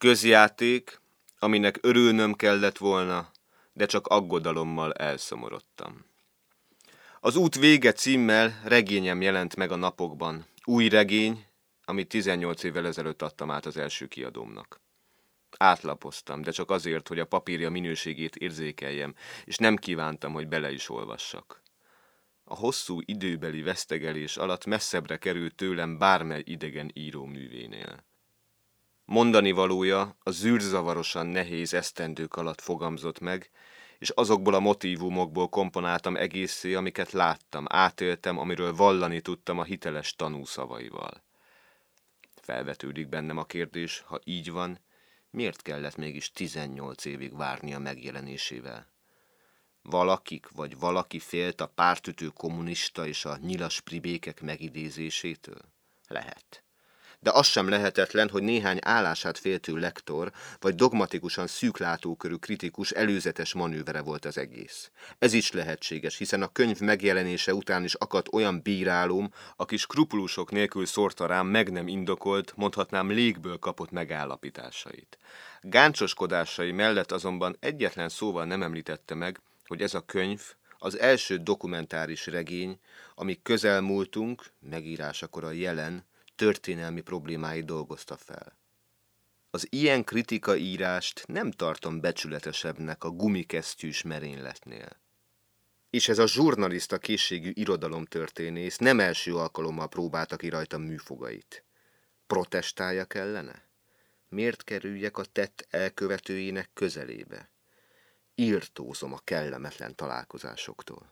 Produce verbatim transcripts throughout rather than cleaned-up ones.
Közjáték, aminek örülnöm kellett volna, de csak aggodalommal elszomorodtam. Az út vége címmel regényem jelent meg a napokban. Új regény, amit tizennyolc évvel ezelőtt adtam át az első kiadómnak. Átlapoztam, de csak azért, hogy a papírja minőségét érzékeljem, és nem kívántam, hogy bele is olvassak. A hosszú időbeli vesztegelés alatt messzebbre került tőlem bármely idegen író művénél. Mondani valója a zűrzavarosan nehéz esztendők alatt fogamzott meg, és azokból a motívumokból komponáltam egészé, amiket láttam, átéltem, amiről vallani tudtam a hiteles tanúszavaival. Felvetődik bennem a kérdés, ha így van, miért kellett mégis tizennyolc évig várni a megjelenésével? Valakik vagy valaki félt a pártütő kommunista és a nyilas pribékek megidézésétől? Lehet. De az sem lehetetlen, hogy néhány állását féltő lektor, vagy dogmatikusan szűklátókörű kritikus előzetes manővere volt az egész. Ez is lehetséges, hiszen a könyv megjelenése után is akadt olyan bírálóm, aki skrupulusok nélkül szórta rám meg nem indokolt, mondhatnám légből kapott megállapításait. Gáncsoskodásai mellett azonban egyetlen szóval nem említette meg, hogy ez a könyv az első dokumentáris regény, ami közelmúltunk, megírásakor a jelen, történelmi problémáit dolgozta fel. Az ilyen kritikaírást nem tartom becsületesebbnek a gumikesztyűs merényletnél. És ez a zsurnalista készségű irodalomtörténész nem első alkalommal próbálta ki rajta műfogait. Protestáljak ellene? Miért kerüljek a tett elkövetőjének közelébe? Írtózom a kellemetlen találkozásoktól.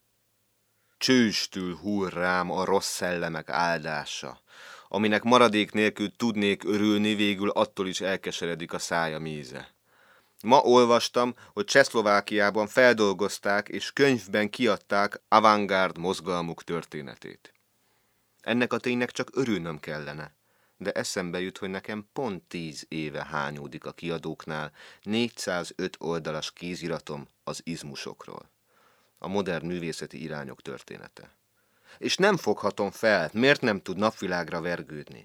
Csőstül hull rám a rossz szellemek áldása, aminek maradék nélkül tudnék örülni, végül attól is elkeseredik a szája méze. Ma olvastam, hogy Csehszlovákiában feldolgozták és könyvben kiadták avantgárd mozgalmuk történetét. Ennek a ténynek csak örülnöm kellene, de eszembe jut, hogy nekem pont tíz éve hányódik a kiadóknál négyszázöt oldalas kéziratom az izmusokról. A modern művészeti irányok története. És nem foghatom fel, miért nem tud napvilágra vergődni.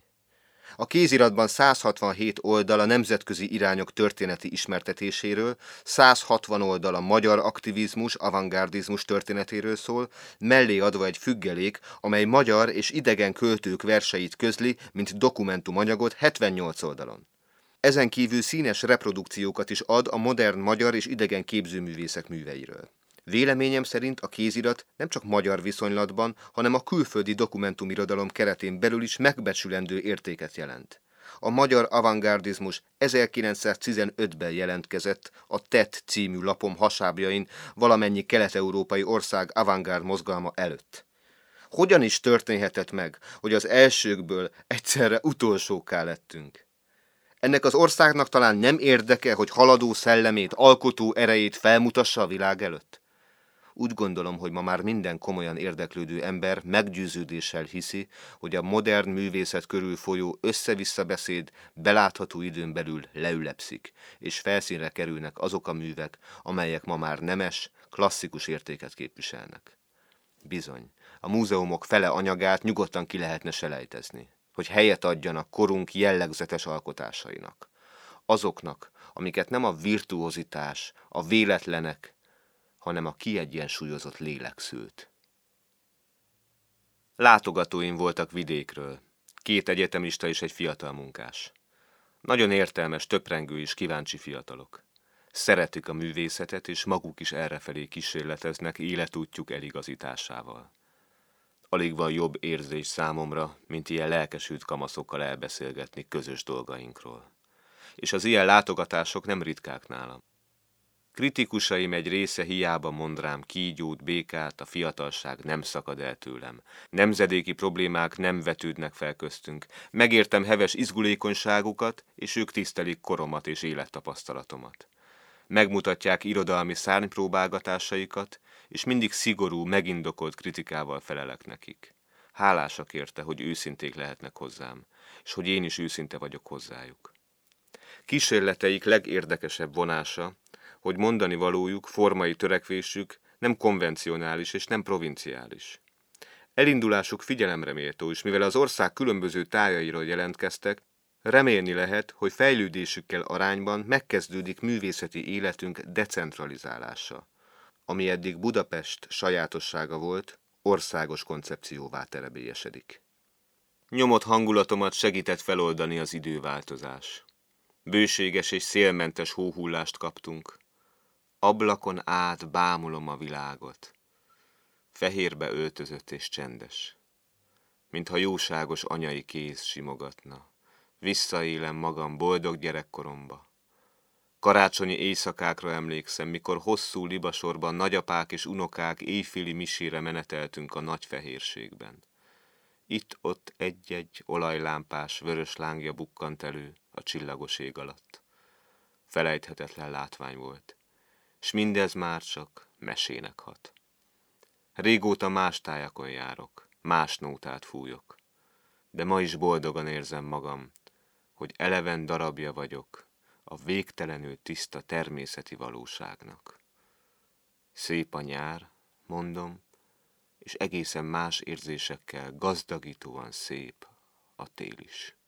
A kéziratban száz hatvanhét oldal a nemzetközi irányok történeti ismertetéséről, száz hatvan oldal a magyar aktivizmus, avantgárdizmus történetéről szól, mellé adva egy függelék, amely magyar és idegen költők verseit közli, mint dokumentumanyagot hetvennyolc oldalon. Ezen kívül színes reprodukciókat is ad a modern magyar és idegen képzőművészek műveiről. Véleményem szerint a kézirat nem csak magyar viszonylatban, hanem a külföldi dokumentumirodalom keretén belül is megbecsülendő értéket jelent. A magyar avantgárdizmus ezerkilencszáztizenötben jelentkezett a tett című lapom hasábjain valamennyi kelet-európai ország avantgárd mozgalma előtt. Hogyan is történhetett meg, hogy az elsőkből egyszerre utolsókká lettünk? Ennek az országnak talán nem érdeke, hogy haladó szellemét, alkotó erejét felmutassa a világ előtt? Úgy gondolom, hogy ma már minden komolyan érdeklődő ember meggyőződéssel hiszi, hogy a modern művészet körül folyó össze-vissza beszéd belátható időn belül leülepszik, és felszínre kerülnek azok a művek, amelyek ma már nemes, klasszikus értéket képviselnek. Bizony, a múzeumok fele anyagát nyugodtan ki lehetne selejtezni, hogy helyet adjanak korunk jellegzetes alkotásainak. Azoknak, amiket nem a virtuozitás, a véletlenek, hanem a kiegyensúlyozott lélek szült. Látogatóim voltak vidékről, két egyetemista és egy fiatal munkás. Nagyon értelmes, töprengő és kíváncsi fiatalok. Szeretik a művészetet, és maguk is errefelé kísérleteznek életútjuk eligazításával. Alig van jobb érzés számomra, mint ilyen lelkesült kamaszokkal elbeszélgetni közös dolgainkról. És az ilyen látogatások nem ritkák nálam. Kritikusaim egy része hiába mond rám kígyót, békát, a fiatalság nem szakad el tőlem. Nemzedéki problémák nem vetődnek fel köztünk. Megértem heves izgulékonyságukat, és ők tisztelik koromat és élettapasztalatomat. Megmutatják irodalmi szárnypróbálgatásaikat, és mindig szigorú, megindokolt kritikával felelek nekik. Hálásak érte, hogy őszinték lehetnek hozzám, és hogy én is őszinte vagyok hozzájuk. Kísérleteik legérdekesebb vonása, hogy mondani valójuk, formai törekvésük nem konvencionális és nem provinciális. Elindulásuk figyelemre méltó, és mivel az ország különböző tájairól jelentkeztek, Remélni lehet, hogy fejlődésükkel arányban megkezdődik művészeti életünk decentralizálása, ami eddig Budapest sajátossága volt, országos koncepcióvá terebélyesedik. Nyomott hangulatomat segített feloldani az időváltozás. Bőséges és szélmentes hóhullást kaptunk. Ablakon át bámulom a világot. Fehérbe öltözött és csendes. Mintha jóságos anyai kéz simogatna. Visszaélem magam boldog gyerekkoromba. Karácsonyi éjszakákra emlékszem, mikor hosszú libasorban nagyapák és unokák éjféli misére meneteltünk a nagy fehérségben. Itt-ott egy-egy olajlámpás vörös lángja bukkant elő a csillagos ég alatt. Felejthetetlen látvány volt, s mindez már csak mesének hat. Régóta más tájakon járok, más nótát fújok, de ma is boldogan érzem magam, hogy eleven darabja vagyok a végtelenül tiszta természeti valóságnak. Szép a nyár, mondom, és egészen más érzésekkel gazdagítóan szép a tél is.